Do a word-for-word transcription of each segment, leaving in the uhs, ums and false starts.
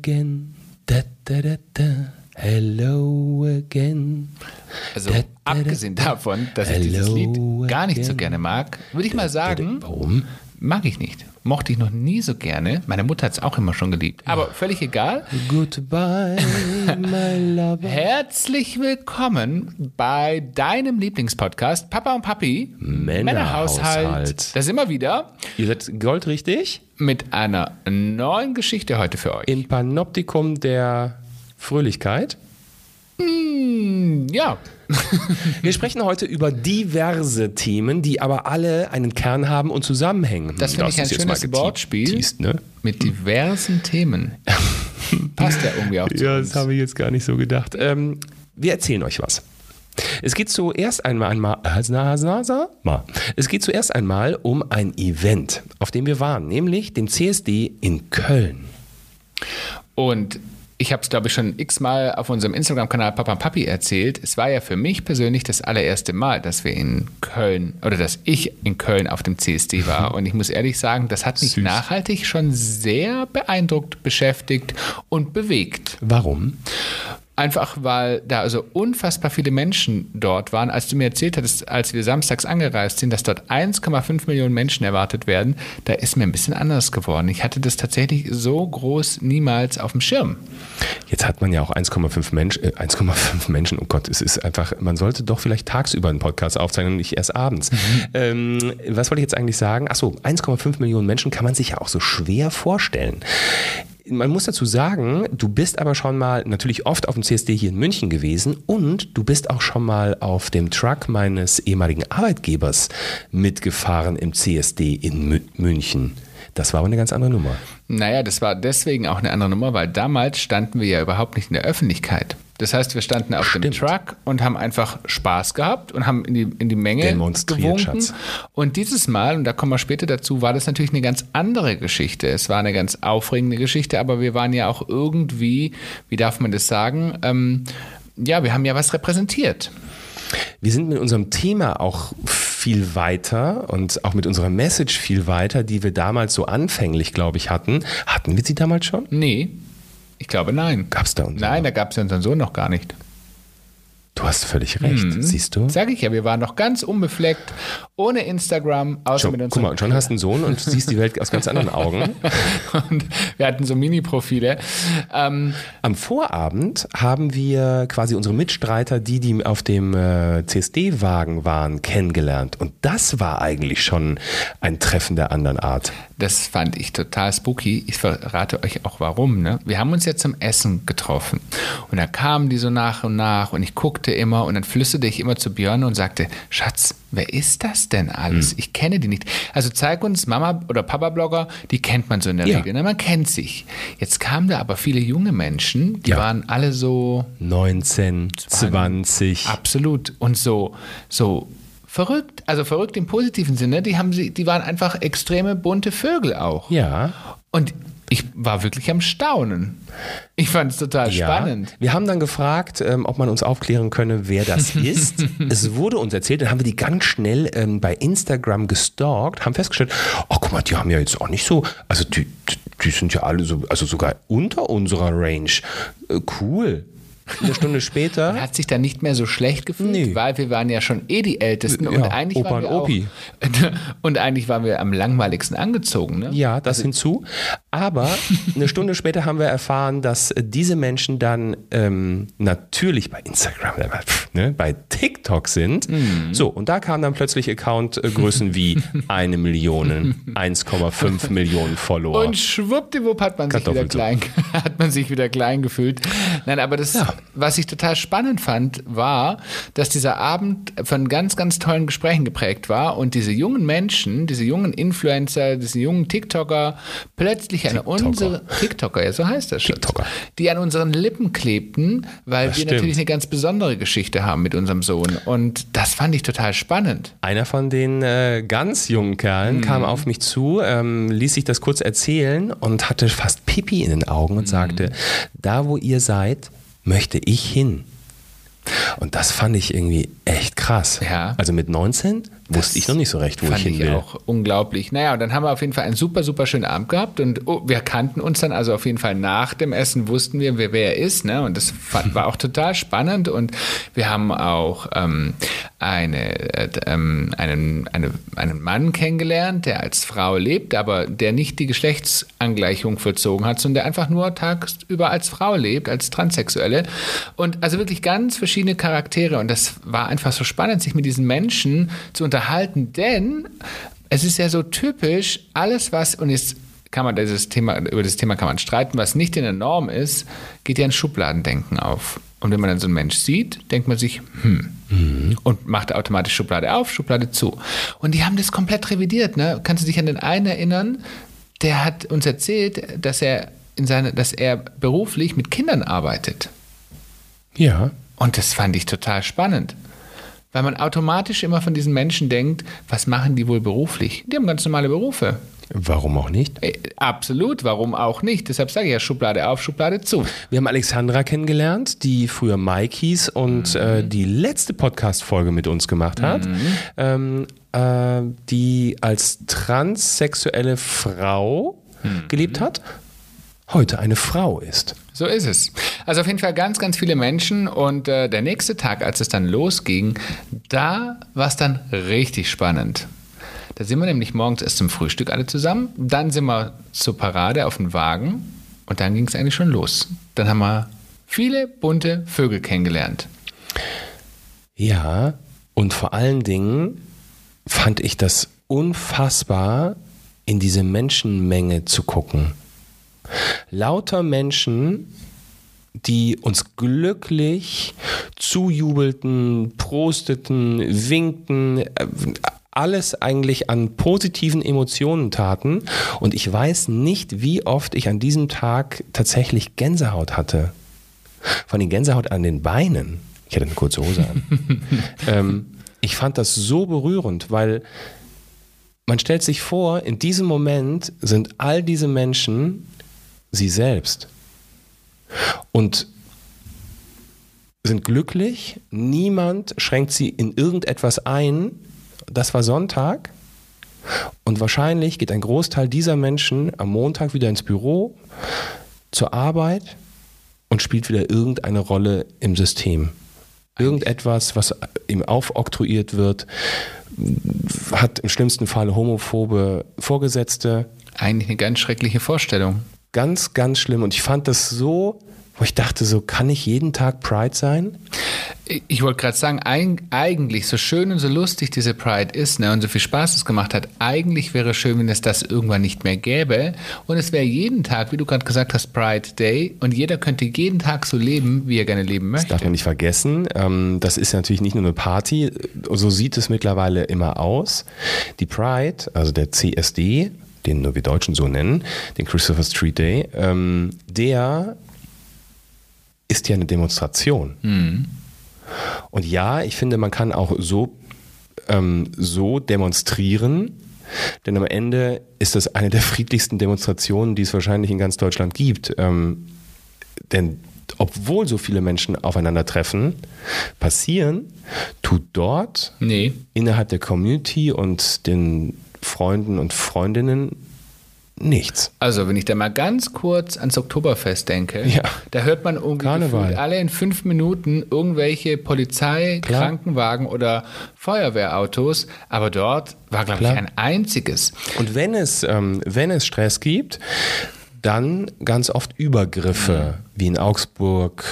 again, da, da, da, da. Hello again. Also abgesehen davon, dass ich dieses Lied gar nicht so gerne mag, würde ich mal sagen, warum? Mag ich nicht. Mochte ich noch nie so gerne. Meine Mutter hat es auch immer schon geliebt. Aber völlig egal. Goodbye, my lover. Herzlich willkommen bei deinem Lieblingspodcast Papa und Papi Männerhaushalt. Da sind wir wieder. Ihr seid goldrichtig. Mit einer neuen Geschichte heute für euch. Im Panoptikum der Fröhlichkeit. Mm, ja. Wir sprechen heute über diverse Themen, die aber alle einen Kern haben und zusammenhängen. Das finde ich ein schönes Wortspiel. Teased, ne? Mit diversen Themen. Passt ja irgendwie auch zu Ja, uns. Das habe ich jetzt gar nicht so gedacht. Ähm, wir erzählen euch was. Es geht zuerst einmal, einmal es geht zuerst einmal um ein Event, auf dem wir waren, nämlich dem C S D in Köln. Und ich habe es, glaube ich, schon x-mal auf unserem Instagram-Kanal Papa und Papi erzählt. Es war ja für mich persönlich das allererste Mal, dass wir in Köln oder dass ich in Köln auf dem C S D war. Und ich muss ehrlich sagen, das hat mich Süß. nachhaltig schon sehr beeindruckt, beschäftigt und bewegt. Warum? Einfach, weil da also unfassbar viele Menschen dort waren. Als du mir erzählt hattest, als wir samstags angereist sind, dass dort eins Komma fünf Millionen Menschen erwartet werden, da ist mir ein bisschen anders geworden. Ich hatte das tatsächlich so groß niemals auf dem Schirm. Jetzt hat man ja auch eins Komma fünf Mensch, äh, eins Komma fünf Menschen, oh Gott, es ist einfach, man sollte doch vielleicht tagsüber einen Podcast aufzeichnen und nicht erst abends. Mhm. Ähm, was wollte ich jetzt eigentlich sagen? Achso, eins Komma fünf Millionen Menschen kann man sich ja auch so schwer vorstellen. Man muss dazu sagen, du bist aber schon mal natürlich oft auf dem C S D hier in München gewesen und du bist auch schon mal auf dem Truck meines ehemaligen Arbeitgebers mitgefahren im C S D in Mü- München. Das war aber eine ganz andere Nummer. Naja, das war deswegen auch eine andere Nummer, weil damals standen wir ja überhaupt nicht in der Öffentlichkeit. Das heißt, wir standen auf Stimmt. dem Truck und haben einfach Spaß gehabt und haben in die, in die Menge Demonstriert, gewunken. Schatz. Und dieses Mal, und da kommen wir später dazu, war das natürlich eine ganz andere Geschichte. Es war eine ganz aufregende Geschichte, aber wir waren ja auch irgendwie, wie darf man das sagen, ähm, ja, wir haben ja was repräsentiert. Wir sind mit unserem Thema auch viel weiter und auch mit unserer Message viel weiter, die wir damals so anfänglich, glaube ich, hatten. Hatten wir sie damals schon? Nee, ich glaube nein. Gab es da unseren? Nein, da gab es ja unseren Sohn noch gar nicht. Du hast völlig recht, Mhm. siehst du? Sag ich ja, wir waren noch ganz unbefleckt, ohne Instagram, außer Schon, mit uns. guck mal, und schon hast du einen Sohn und siehst die Welt aus ganz anderen Augen. Und wir hatten so Mini-Profile. Ähm, Am Vorabend haben wir quasi unsere Mitstreiter, die, die auf dem äh, C S D-Wagen waren, kennengelernt. Und das war eigentlich schon ein Treffen der anderen Art. das fand ich total spooky. Ich verrate euch auch warum. Ne? Wir haben uns ja zum Essen getroffen. Und da kamen die so nach und nach und ich guckte immer und dann flüsterte ich immer zu Björn und sagte, Schatz, wer ist das denn alles? Hm. Ich kenne die nicht. Also zeig uns Mama- oder Papa-Blogger, die kennt man so in der ja. Regel. Ne? Man kennt sich. Jetzt kamen da aber viele junge Menschen, die ja. waren alle so neunzehn, zwanzig. Absolut. Und so, so verrückt, also verrückt im positiven Sinne, die haben sie, die waren einfach extreme bunte Vögel auch. Ja. Und ich war wirklich am Staunen. Ich fand es total ja. spannend. Wir haben dann gefragt, ähm, ob man uns aufklären könne, wer das ist. Es wurde uns erzählt, dann haben wir die ganz schnell ähm, bei Instagram gestalkt, haben festgestellt, oh guck mal, die haben ja jetzt auch nicht so, also die, die sind ja alle so, also sogar unter unserer Range. Äh, cool. Eine Stunde später. Man hat sich dann nicht mehr so schlecht gefühlt, nee. weil wir waren ja schon eh die Ältesten. Ja, und eigentlich Opa waren wir und Opi. Auch, und eigentlich waren wir am langweiligsten angezogen. Ne? Ja, das also, hinzu. Aber eine Stunde später haben wir erfahren, dass diese Menschen dann ähm, natürlich bei Instagram, ne, bei TikTok sind. Mhm. So, und da kamen dann plötzlich Accountgrößen wie eine Million, eins Komma fünf Millionen Follower. Und schwuppdiwupp hat man sich wieder klein, hat man sich wieder klein gefühlt. Nein, aber das ja. was ich total spannend fand, war, dass dieser Abend von ganz, ganz tollen Gesprächen geprägt war und diese jungen Menschen, diese jungen Influencer, diese jungen TikToker plötzlich an unsere TikToker, ja, so heißt das schon, die an unseren Lippen klebten, weil das wir stimmt. natürlich eine ganz besondere Geschichte haben mit unserem Sohn. Und das fand ich total spannend. Einer von den äh, ganz jungen Kerlen mhm. kam auf mich zu, ähm, ließ sich das kurz erzählen und hatte fast Pipi in den Augen und mhm. sagte, da wo ihr seid, möchte ich hin. Und das fand ich irgendwie echt krass. Ja. Also mit neunzehn wusste ich noch nicht so recht, wo ich hin will. Fand ich auch unglaublich. Naja, und dann haben wir auf jeden Fall einen super, super schönen Abend gehabt und oh, wir kannten uns dann, also auf jeden Fall nach dem Essen wussten wir, wer wer er ist, ne? Und das fand, war auch total spannend und wir haben auch ähm, eine, äh, ähm, einen, eine, einen Mann kennengelernt, der als Frau lebt, aber der nicht die Geschlechtsangleichung vollzogen hat, sondern der einfach nur tagsüber als Frau lebt, als Transsexuelle. Und also wirklich ganz verschiedene Charaktere. Und das war einfach so spannend, sich mit diesen Menschen zu unterhalten, denn es ist ja so typisch, alles was, und jetzt kann man dieses Thema, über das Thema kann man streiten, was nicht in der Norm ist, geht ja ein Schubladendenken auf. Und wenn man dann so einen Mensch sieht, denkt man sich, hm, mhm. und macht automatisch Schublade auf, Schublade zu. Und die haben das komplett revidiert, ne? Kannst du dich an den einen erinnern, der hat uns erzählt, dass er in seine, dass er beruflich mit Kindern arbeitet. Ja. Und das fand ich total spannend. Weil man automatisch immer von diesen Menschen denkt, was machen die wohl beruflich? Die haben ganz normale Berufe. Warum auch nicht? Äh, absolut, warum auch nicht? Deshalb sage ich ja Schublade auf, Schublade zu. Wir haben Alexandra kennengelernt, die früher Mike hieß und mhm. äh, die letzte Podcast-Folge mit uns gemacht hat, mhm. ähm, äh, die als transsexuelle Frau mhm. gelebt hat, heute eine Frau ist. So ist es. Also auf jeden Fall ganz, ganz viele Menschen und äh, der nächste Tag, als es dann losging, da war es dann richtig spannend. Da sind wir nämlich morgens erst zum Frühstück alle zusammen, dann sind wir zur Parade auf den Wagen und dann ging es eigentlich schon los. Dann haben wir viele bunte Vögel kennengelernt. Ja, und vor allen Dingen fand ich das unfassbar, in diese Menschenmenge zu gucken. Lauter Menschen, die uns glücklich zujubelten, prosteten, winkten, alles eigentlich an positiven Emotionen taten. Und ich weiß nicht, wie oft ich an diesem Tag tatsächlich Gänsehaut hatte. Von den Gänsehaut an den Beinen. Ich hatte eine kurze Hose an. ähm, ich fand das so berührend, weil man stellt sich vor, in diesem Moment sind all diese Menschen sie selbst. Und sind glücklich, niemand schränkt sie in irgendetwas ein. Das war Sonntag und wahrscheinlich geht ein Großteil dieser Menschen am Montag wieder ins Büro, zur Arbeit und spielt wieder irgendeine Rolle im System. Irgendetwas, was ihm aufoktroyiert wird, hat im schlimmsten Fall homophobe Vorgesetzte. Eigentlich eine ganz schreckliche Vorstellung. Ganz, ganz schlimm. Und ich fand das so, wo ich dachte, so kann ich jeden Tag Pride sein? Ich wollte gerade sagen, eigentlich, so schön und so lustig diese Pride ist, ne, und so viel Spaß es gemacht hat, eigentlich wäre es schön, wenn es das irgendwann nicht mehr gäbe. Und es wäre jeden Tag, wie du gerade gesagt hast, Pride Day. Und jeder könnte jeden Tag so leben, wie er gerne leben möchte. Das darf man nicht vergessen. Das ist natürlich nicht nur eine Party. So sieht es mittlerweile immer aus. Die Pride, also der C S D, den nur wir Deutschen so nennen, den Christopher Street Day, der ist ja eine Demonstration. Mhm. Und ja, ich finde, man kann auch so, ähm, so demonstrieren, denn am Ende ist das eine der friedlichsten Demonstrationen, die es wahrscheinlich in ganz Deutschland gibt. Ähm, denn obwohl so viele Menschen aufeinandertreffen, passieren, tut dort nee. innerhalb der Community und den Freunden und Freundinnen nichts. Also, wenn ich da mal ganz kurz ans Oktoberfest denke, ja. da hört man irgendwie alle in fünf Minuten irgendwelche Polizei, Klar. Krankenwagen oder Feuerwehrautos, aber dort war, glaube ich, ein einziges. Und wenn es, ähm, wenn es Stress gibt, dann ganz oft Übergriffe, mhm. wie in Augsburg.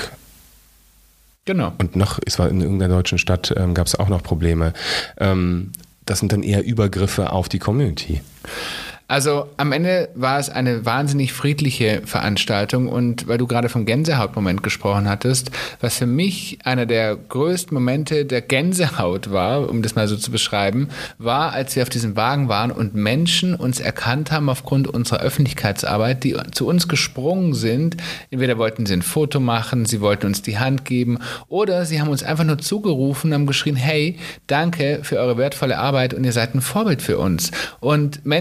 Genau. Und noch, es war in irgendeiner deutschen Stadt, ähm, gab es auch noch Probleme. Ähm, das sind dann eher Übergriffe auf die Community. Also am Ende war es eine wahnsinnig friedliche Veranstaltung und weil du gerade vom Gänsehautmoment gesprochen hattest, was für mich einer der größten Momente der Gänsehaut war, um das mal so zu beschreiben, war, als wir auf diesem Wagen waren und Menschen uns erkannt haben aufgrund unserer Öffentlichkeitsarbeit, die zu uns gesprungen sind. Entweder wollten sie ein Foto machen, sie wollten uns die Hand geben oder sie haben uns einfach nur zugerufen und haben geschrien, hey, danke für eure wertvolle Arbeit und ihr seid ein Vorbild für uns. Und Menschen, die dann sagen,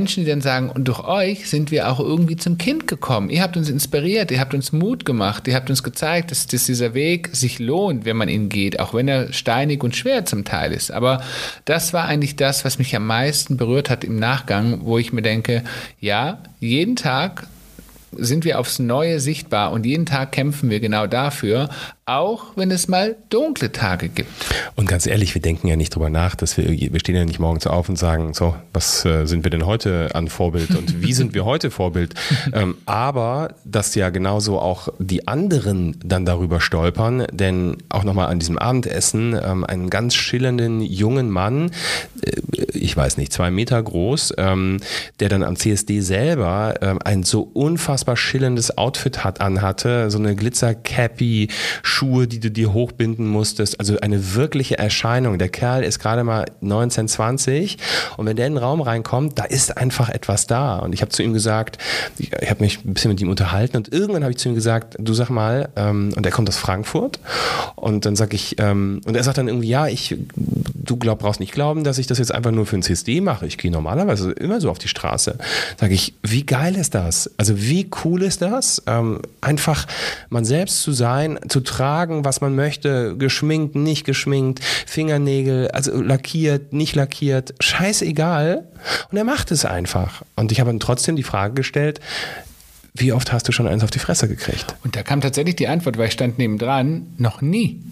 sagen, und durch euch sind wir auch irgendwie zum Kind gekommen. Ihr habt uns inspiriert, ihr habt uns Mut gemacht, ihr habt uns gezeigt, dass, dass dieser Weg sich lohnt, wenn man ihn geht, auch wenn er steinig und schwer zum Teil ist. Aber das war eigentlich das, was mich am meisten berührt hat im Nachgang, wo ich mir denke, ja, jeden Tag sind wir aufs Neue sichtbar und jeden Tag kämpfen wir genau dafür, auch wenn es mal dunkle Tage gibt. Und ganz ehrlich, wir denken ja nicht drüber nach, dass wir, wir stehen ja nicht morgens auf und sagen, so, was äh, sind wir denn heute an Vorbild und wie sind wir heute Vorbild? ähm, aber, dass ja genauso auch die anderen dann darüber stolpern, denn auch nochmal an diesem Abendessen, ähm, einen ganz schillernden jungen Mann, äh, ich weiß nicht, zwei Meter groß, ähm, der dann am C S D selber ähm, ein so unfassbar schillerndes Outfit hat, anhatte, so eine Glitzer-Cappy, Schuhe, die du dir hochbinden musstest, also eine wirkliche Erscheinung. Der Kerl ist gerade mal neunzehn, zwanzig und wenn der in den Raum reinkommt, da ist einfach etwas da. Und ich habe zu ihm gesagt, ich, ich habe mich ein bisschen mit ihm unterhalten und irgendwann habe ich zu ihm gesagt, du sag mal, ähm, und er kommt aus Frankfurt und dann sag ich, ähm, und er sagt dann irgendwie, ja, ich, du glaub, brauchst nicht glauben, dass ich das jetzt einfach nur für ein C S D mache. Ich gehe normalerweise immer so auf die Straße. Sag ich, wie geil ist das? Also wie cool ist das? Ähm, einfach man selbst zu sein, zu tragen, was man möchte, geschminkt, nicht geschminkt, Fingernägel, also lackiert, nicht lackiert, scheißegal. Und er macht es einfach. Und ich habe ihm trotzdem die Frage gestellt, wie oft hast du schon eins auf die Fresse gekriegt? Und da kam tatsächlich die Antwort, weil ich stand nebendran, noch nie.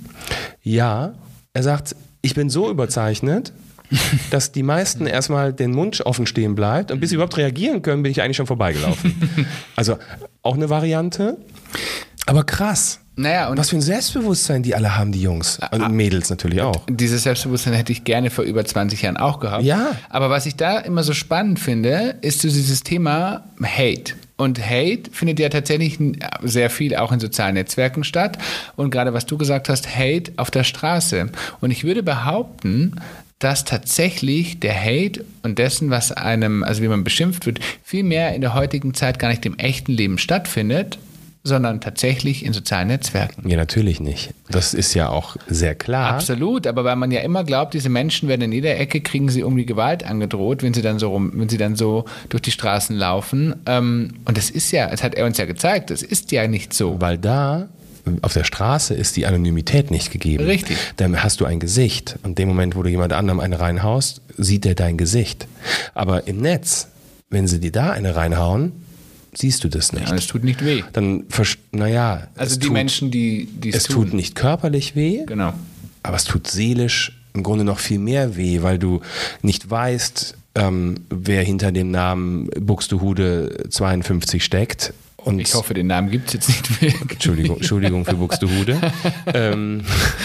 Ja, er sagt, ich bin so überzeichnet, dass die meisten erstmal den Mund offen stehen bleibt und bis sie überhaupt reagieren können, bin ich eigentlich schon vorbeigelaufen. Also auch eine Variante, aber krass. Naja, und was für ein Selbstbewusstsein die alle haben, die Jungs. Und Mädels natürlich auch. Dieses Selbstbewusstsein hätte ich gerne vor über zwanzig Jahren auch gehabt. Ja. Aber was ich da immer so spannend finde, ist so dieses Thema Hate. Und Hate findet ja tatsächlich sehr viel auch in sozialen Netzwerken statt. Und gerade was du gesagt hast, Hate auf der Straße. Und ich würde behaupten, dass tatsächlich der Hate und dessen, was einem, also wie man beschimpft wird, viel mehr in der heutigen Zeit gar nicht im echten Leben stattfindet, sondern tatsächlich in sozialen Netzwerken. Ja, natürlich nicht. Das ist ja auch sehr klar. Absolut, aber weil man ja immer glaubt, diese Menschen werden in jeder Ecke, kriegen sie irgendwie Gewalt angedroht, wenn sie dann so rum, wenn sie dann so durch die Straßen laufen. Und das ist ja, das hat er uns ja gezeigt, das ist ja nicht so. Weil da auf der Straße ist die Anonymität nicht gegeben. Richtig. Dann hast du ein Gesicht. Und in dem Moment, wo du jemand anderem eine reinhaust, sieht er dein Gesicht. Aber im Netz, wenn sie dir da eine reinhauen, siehst du das nicht. Ja, es tut nicht weh. Dann, naja. Also die tut, Menschen, die es Es tut nicht körperlich weh, genau. Aber es tut seelisch im Grunde noch viel mehr weh, weil du nicht weißt, ähm, wer hinter dem Namen Buxtehude zweiundfünfzig steckt. Und ich hoffe, den Namen gibt es jetzt nicht mehr. Entschuldigung, Entschuldigung für Buxtehude. ähm,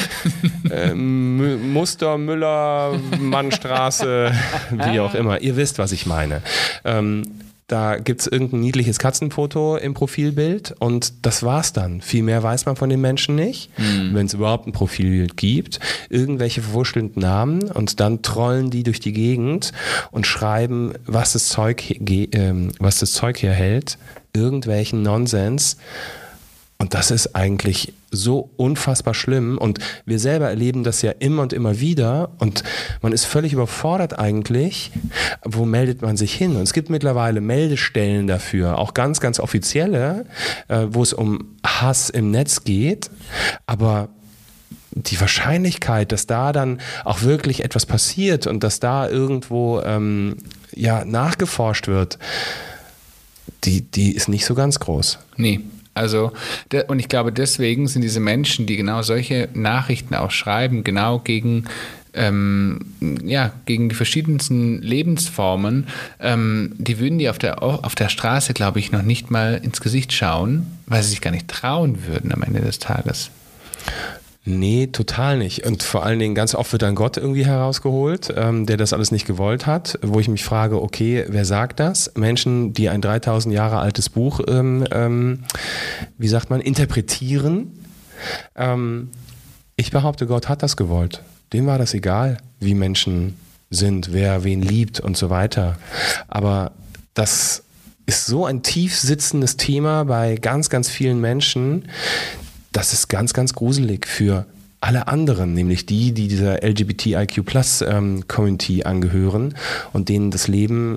ähm, Muster, Müller, Mannstraße, wie auch immer. Ihr wisst, was ich meine. Ähm, Da gibt es irgendein niedliches Katzenfoto im Profilbild und das war's dann. Viel mehr weiß man von den Menschen nicht, mhm. wenn es überhaupt ein Profilbild gibt. Irgendwelche verwurschtelnden Namen und dann trollen die durch die Gegend und schreiben, was das Zeug, äh, was das Zeug hier hält. Irgendwelchen Nonsens. Und das ist eigentlich so unfassbar schlimm und wir selber erleben das ja immer und immer wieder und man ist völlig überfordert eigentlich, wo meldet man sich hin? Und es gibt mittlerweile Meldestellen dafür, auch ganz, ganz offizielle, äh, wo es um Hass im Netz geht, aber die Wahrscheinlichkeit, dass da dann auch wirklich etwas passiert und dass da irgendwo ähm, ja, nachgeforscht wird, die, die ist nicht so ganz groß. Nee. Also, und ich glaube, deswegen sind diese Menschen, die genau solche Nachrichten auch schreiben, genau gegen, ähm, ja, gegen die verschiedensten Lebensformen, ähm, die würden die auf der, auf der Straße, glaube ich, noch nicht mal ins Gesicht schauen, weil sie sich gar nicht trauen würden am Ende des Tages. Nee, total nicht. Und vor allen Dingen ganz oft wird dann Gott irgendwie herausgeholt, ähm, der das alles nicht gewollt hat, wo ich mich frage, okay, wer sagt das? Menschen, die ein dreitausend Jahre altes Buch, ähm, ähm, wie sagt man, interpretieren. Ähm, ich behaupte, Gott hat das gewollt. Dem war das egal, wie Menschen sind, wer wen liebt und so weiter. Aber das ist so ein tief sitzendes Thema bei ganz, ganz vielen Menschen. Das ist ganz, ganz gruselig für alle anderen, nämlich die, die dieser L G B T I Q Plus ähm, Community angehören und denen das Leben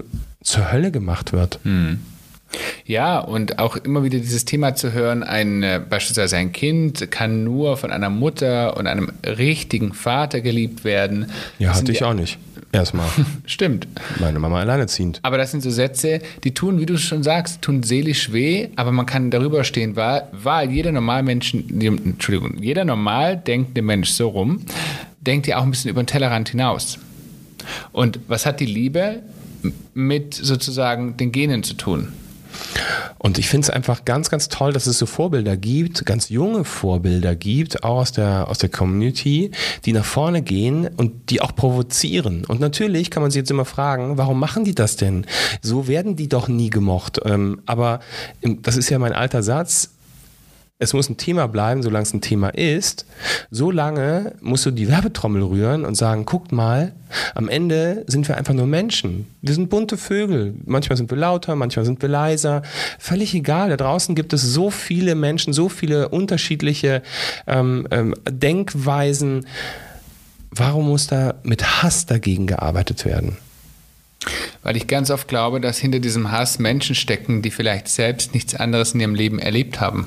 zur Hölle gemacht wird. Hm. Ja, und auch immer wieder dieses Thema zu hören, ein, beispielsweise ein Kind kann nur von einer Mutter und einem richtigen Vater geliebt werden. Ja, hatte ich auch nicht. Erstmal. Stimmt. Meine Mama alleinerziehend. Aber das sind so Sätze, die tun, wie du schon sagst, tun seelisch weh, aber man kann darüber stehen, weil, weil jeder Normalmensch, Entschuldigung, jeder normal denkende Mensch so rum, denkt ja auch ein bisschen über den Tellerrand hinaus. Und was hat die Liebe mit sozusagen den Genen zu tun? Und ich finde es einfach ganz, ganz toll, dass es so Vorbilder gibt, ganz junge Vorbilder gibt, auch aus der, aus der Community, die nach vorne gehen und die auch provozieren. Und natürlich kann man sich jetzt immer fragen, warum machen die das denn? So werden die doch nie gemocht. Aber das ist ja mein alter Satz. Es muss ein Thema bleiben, solange es ein Thema ist. Solange musst du die Werbetrommel rühren und sagen, guckt mal, am Ende sind wir einfach nur Menschen. Wir sind bunte Vögel. Manchmal sind wir lauter, manchmal sind wir leiser. Völlig egal. Da draußen gibt es so viele Menschen, so viele unterschiedliche ähm, ähm, Denkweisen. Warum muss da mit Hass dagegen gearbeitet werden? Weil ich ganz oft glaube, dass hinter diesem Hass Menschen stecken, die vielleicht selbst nichts anderes in ihrem Leben erlebt haben.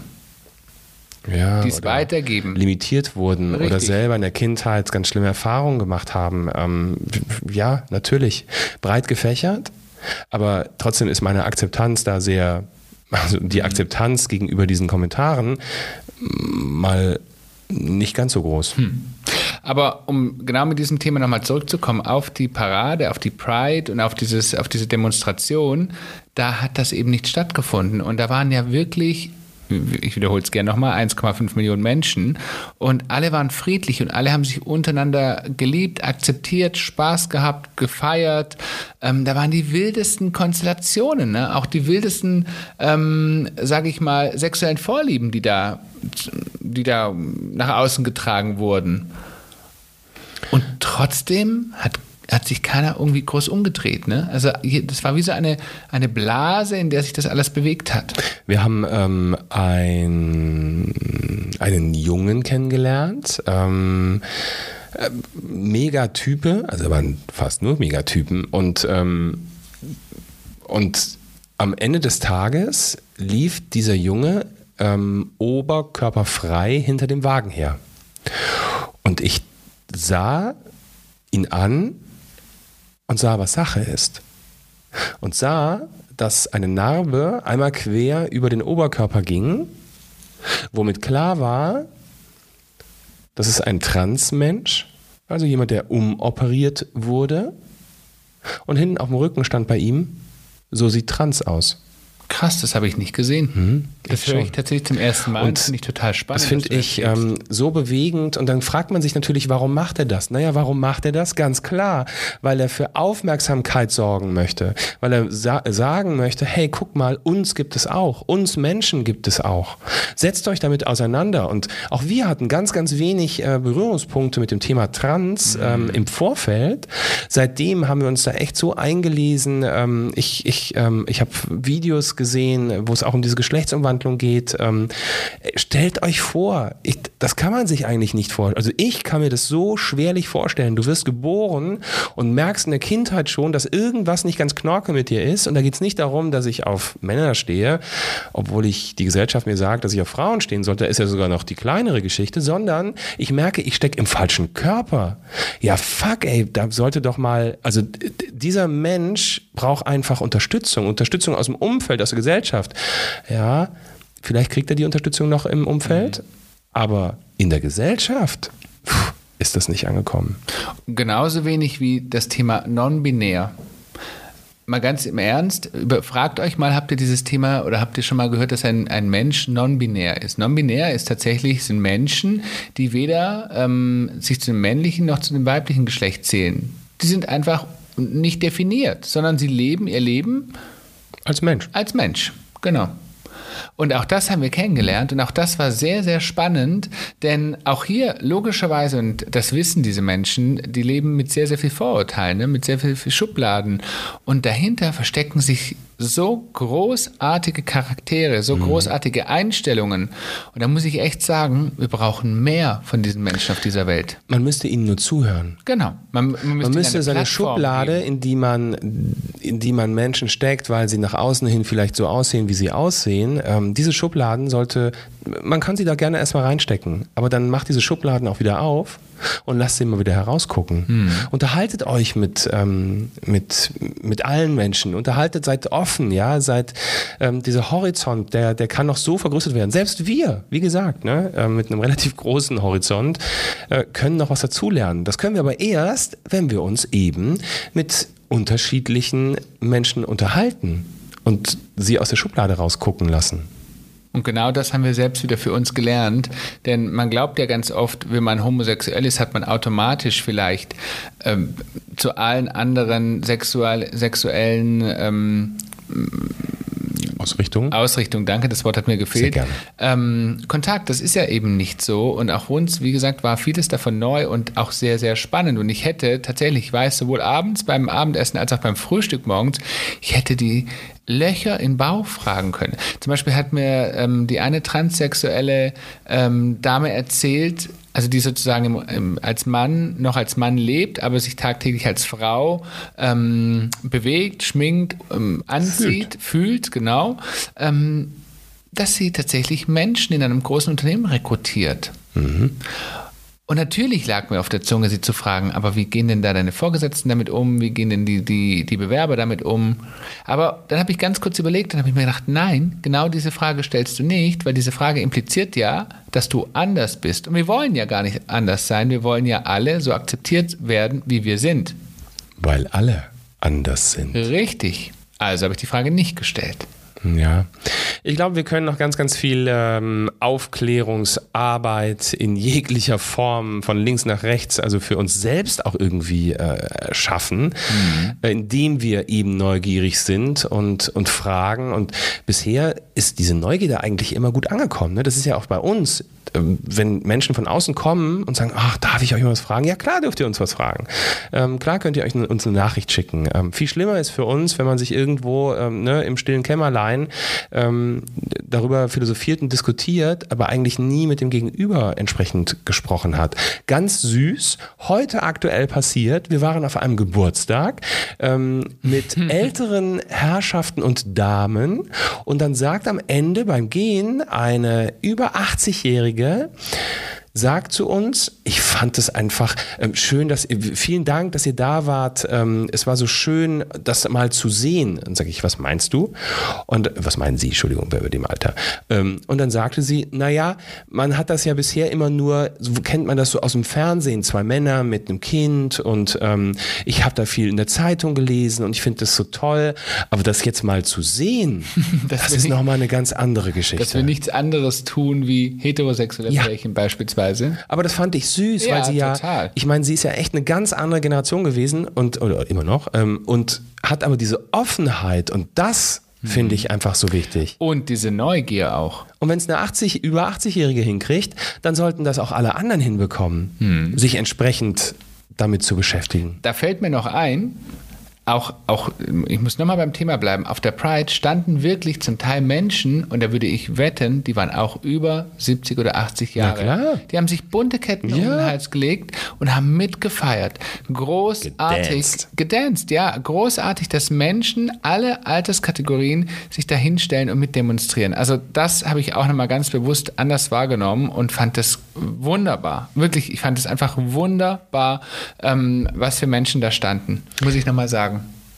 Ja, die es weitergeben. Limitiert wurden Richtig. Oder selber in der Kindheit ganz schlimme Erfahrungen gemacht haben. Ähm, ja, natürlich. Breit gefächert, aber trotzdem ist meine Akzeptanz da sehr, also die Akzeptanz gegenüber diesen Kommentaren mal nicht ganz so groß. Hm. Aber um genau mit diesem Thema nochmal zurückzukommen, auf die Parade, auf die Pride und auf, dieses, auf diese Demonstration, da hat das eben nicht stattgefunden. Und da waren ja wirklich, ich wiederhole es gerne nochmal, eins Komma fünf Millionen Menschen und alle waren friedlich und alle haben sich untereinander geliebt, akzeptiert, Spaß gehabt, gefeiert. Ähm, da waren die wildesten Konstellationen, ne? Auch die wildesten, ähm, sage ich mal, sexuellen Vorlieben, die da, die da nach außen getragen wurden. Und trotzdem hat hat sich keiner irgendwie groß umgedreht. Ne? Also das war wie so eine, eine Blase, in der sich das alles bewegt hat. Wir haben ähm, ein, einen Jungen kennengelernt, ähm, äh, Megatype, also waren fast nur Megatypen und, ähm, und am Ende des Tages lief dieser Junge ähm, oberkörperfrei hinter dem Wagen her. Und ich sah ihn an und sah, was Sache ist. Und sah, dass eine Narbe einmal quer über den Oberkörper ging, womit klar war, das ist ein Transmensch, also jemand, der umoperiert wurde. Und hinten auf dem Rücken stand bei ihm, so sieht Trans aus. Krass, das habe ich nicht gesehen. Hm, das höre ich tatsächlich zum ersten Mal. Und das finde ich total spannend. Das finde ich ähm, so bewegend. Und dann fragt man sich natürlich, warum macht er das? Naja, warum macht er das? Ganz klar, weil er für Aufmerksamkeit sorgen möchte. Weil er sa- sagen möchte, hey, guck mal, uns gibt es auch. Uns Menschen gibt es auch. Setzt euch damit auseinander. Und auch wir hatten ganz, ganz wenig äh, Berührungspunkte mit dem Thema Trans mhm. ähm, im Vorfeld. Seitdem haben wir uns da echt so eingelesen. Ähm, ich ich, ähm, ich habe Videos gesehen, wo es auch um diese Geschlechtsumwandlung geht. Ähm, stellt euch vor, ich, das kann man sich eigentlich nicht vorstellen. Also ich kann mir das so schwerlich vorstellen. Du wirst geboren und merkst in der Kindheit schon, dass irgendwas nicht ganz knorke mit dir ist. Und da geht es nicht darum, dass ich auf Männer stehe, obwohl ich die Gesellschaft mir sagt, dass ich auf Frauen stehen sollte. Da ist ja sogar noch die kleinere Geschichte, sondern ich merke, ich stecke im falschen Körper. Ja, fuck, ey, da sollte doch mal, also dieser Mensch braucht einfach Unterstützung, Unterstützung aus dem Umfeld, aus der Gesellschaft. Ja, vielleicht kriegt er die Unterstützung noch im Umfeld, mhm. aber in der Gesellschaft pff, ist das nicht angekommen. Genauso wenig wie das Thema non-binär. Mal ganz im Ernst, fragt euch mal, habt ihr dieses Thema oder habt ihr schon mal gehört, dass ein, ein Mensch non-binär ist? Non-binär ist tatsächlich, sind Menschen, die weder ähm, sich zu dem männlichen noch zu dem weiblichen Geschlecht zählen. Die sind einfach nicht definiert, sondern sie leben ihr Leben als Mensch. Als Mensch, genau. Und auch das haben wir kennengelernt und auch das war sehr, sehr spannend, denn auch hier logischerweise, und das wissen diese Menschen, die leben mit sehr, sehr viel Vorurteilen, ne, mit sehr viel, viel Schubladen und dahinter verstecken sich so großartige Charaktere, so mhm. großartige Einstellungen. Und da muss ich echt sagen, wir brauchen mehr von diesen Menschen auf dieser Welt. Man müsste ihnen nur zuhören. Genau. Man, man müsste, man müsste seine Schublade, geben. in die man, in die man Menschen steckt, weil sie nach außen hin vielleicht so aussehen, wie sie aussehen. Ähm, diese Schubladen sollte, man kann sie da gerne erstmal reinstecken, aber dann macht diese Schubladen auch wieder auf und lasst sie mal wieder herausgucken. Hm. Unterhaltet euch mit, ähm, mit, mit allen Menschen. Unterhaltet, seid offen, ja, seid ähm, dieser Horizont, der, der kann noch so vergrößert werden. Selbst wir, wie gesagt, ne, äh, mit einem relativ großen Horizont, äh, können noch was dazulernen. Das können wir aber erst, wenn wir uns eben mit unterschiedlichen Menschen unterhalten und sie aus der Schublade rausgucken lassen. Und genau das haben wir selbst wieder für uns gelernt, denn man glaubt ja ganz oft, wenn man homosexuell ist, hat man automatisch vielleicht ähm, zu allen anderen sexual, sexuellen ähm, Ausrichtung. Ausrichtung, danke, das Wort hat mir gefehlt. Sehr gerne. Ähm, Kontakt, das ist ja eben nicht so und auch uns, wie gesagt, war vieles davon neu und auch sehr, sehr spannend und ich hätte tatsächlich, ich weiß, sowohl abends beim Abendessen als auch beim Frühstück morgens, ich hätte die Löcher in Bauch fragen können. Zum Beispiel hat mir ähm, die eine transsexuelle ähm, Dame erzählt, also die sozusagen im, im, als Mann, noch als Mann lebt, aber sich tagtäglich als Frau ähm, bewegt, schminkt, ähm, anzieht, fühlt, fühlt genau, ähm, dass sie tatsächlich Menschen in einem großen Unternehmen rekrutiert. Mhm. Und natürlich lag mir auf der Zunge, sie zu fragen, aber wie gehen denn da deine Vorgesetzten damit um? Wie gehen denn die, die, die Bewerber damit um? Aber dann habe ich ganz kurz überlegt, dann habe ich mir gedacht, nein, genau diese Frage stellst du nicht, weil diese Frage impliziert ja, dass du anders bist. Und wir wollen ja gar nicht anders sein, wir wollen ja alle so akzeptiert werden, wie wir sind. Weil alle anders sind. Richtig. Also habe ich die Frage nicht gestellt. Ja, ich glaube, wir können noch ganz, ganz viel ähm, Aufklärungsarbeit in jeglicher Form von links nach rechts, also für uns selbst auch irgendwie äh, schaffen, mhm. äh, indem wir eben neugierig sind und, und fragen. Und bisher ist diese Neugierde eigentlich immer gut angekommen. Ne? Das ist ja auch bei uns. Wenn Menschen von außen kommen und sagen, ach, darf ich euch mal was fragen? Ja, klar dürft ihr uns was fragen. Ähm, klar könnt ihr euch uns eine Nachricht schicken. Ähm, viel schlimmer ist für uns, wenn man sich irgendwo ähm, ne, im stillen Kämmerlein ähm, darüber philosophiert und diskutiert, aber eigentlich nie mit dem Gegenüber entsprechend gesprochen hat. Ganz süß, heute aktuell passiert, wir waren auf einem Geburtstag ähm, mit älteren Herrschaften und Damen und dann sagt am Ende beim Gehen eine über achtzigjährige sagt zu uns, ich fand es einfach ähm, schön, dass vielen Dank, dass ihr da wart. Ähm, es war so schön, das mal zu sehen. Und sage ich, was meinst du? Und was meinen Sie? Entschuldigung, bei dem Alter. Ähm, und dann sagte sie, naja, man hat das ja bisher immer nur, so kennt man das so aus dem Fernsehen, zwei Männer mit einem Kind und ähm, ich habe da viel in der Zeitung gelesen und ich finde das so toll. Aber das jetzt mal zu sehen, das, das ist nochmal eine ganz andere Geschichte. Dass wir nichts anderes tun wie heterosexuelle ja. Pärchen beispielsweise. Aber das fand ich süß, ja, weil sie ja, total. ich meine, sie ist ja echt eine ganz andere Generation gewesen und oder immer noch ähm, und hat aber diese Offenheit und das mhm. finde ich einfach so wichtig. Und diese Neugier auch. Und wenn es eine achtzig, über achtzigjährige hinkriegt, dann sollten das auch alle anderen hinbekommen, mhm. sich entsprechend damit zu beschäftigen. Da fällt mir noch ein, Auch, auch, ich muss nochmal beim Thema bleiben, auf der Pride standen wirklich zum Teil Menschen, und da würde ich wetten, die waren auch über siebzig oder achtzig Jahre. Na klar. Die haben sich bunte Ketten ja. um den Hals gelegt und haben mitgefeiert. Großartig. Gedanced. Gedanced, ja. Großartig, dass Menschen, alle Alterskategorien, sich da hinstellen und mit demonstrieren. Also das habe ich auch nochmal ganz bewusst anders wahrgenommen und fand das wunderbar. Wirklich, ich fand es einfach wunderbar, ähm, was für Menschen da standen. Muss ich nochmal sagen.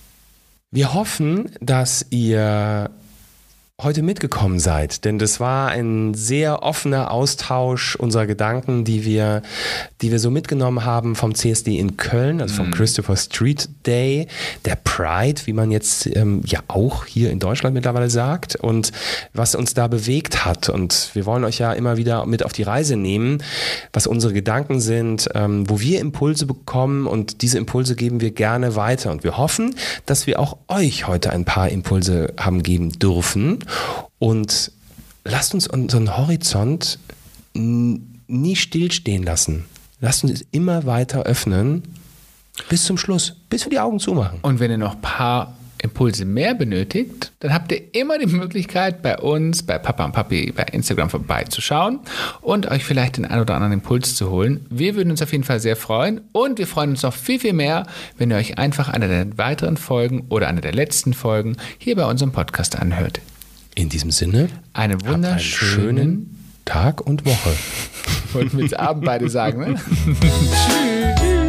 Wir hoffen, dass ihr heute mitgekommen seid, denn das war ein sehr offener Austausch unserer Gedanken, die wir, die wir so mitgenommen haben vom C S D in Köln, also vom mm. Christopher Street Day, der Pride, wie man jetzt ähm, ja auch hier in Deutschland mittlerweile sagt, und was uns da bewegt hat. Und wir wollen euch ja immer wieder mit auf die Reise nehmen, was unsere Gedanken sind, ähm, wo wir Impulse bekommen, und diese Impulse geben wir gerne weiter. Und wir hoffen, dass wir auch euch heute ein paar Impulse haben geben dürfen. Und lasst uns unseren Horizont nie stillstehen lassen. Lasst uns immer weiter öffnen bis zum Schluss, bis wir die Augen zumachen. Und wenn ihr noch ein paar Impulse mehr benötigt, dann habt ihr immer die Möglichkeit, bei uns, bei Papa und Papi, bei Instagram vorbeizuschauen und euch vielleicht den einen oder anderen Impuls zu holen. Wir würden uns auf jeden Fall sehr freuen und wir freuen uns noch viel, viel mehr, wenn ihr euch einfach eine der weiteren Folgen oder eine der letzten Folgen hier bei unserem Podcast anhört. In diesem Sinne, einen wunderschönen Tag und Woche. Wollten wir jetzt Abend beide sagen, ne? Tschüss.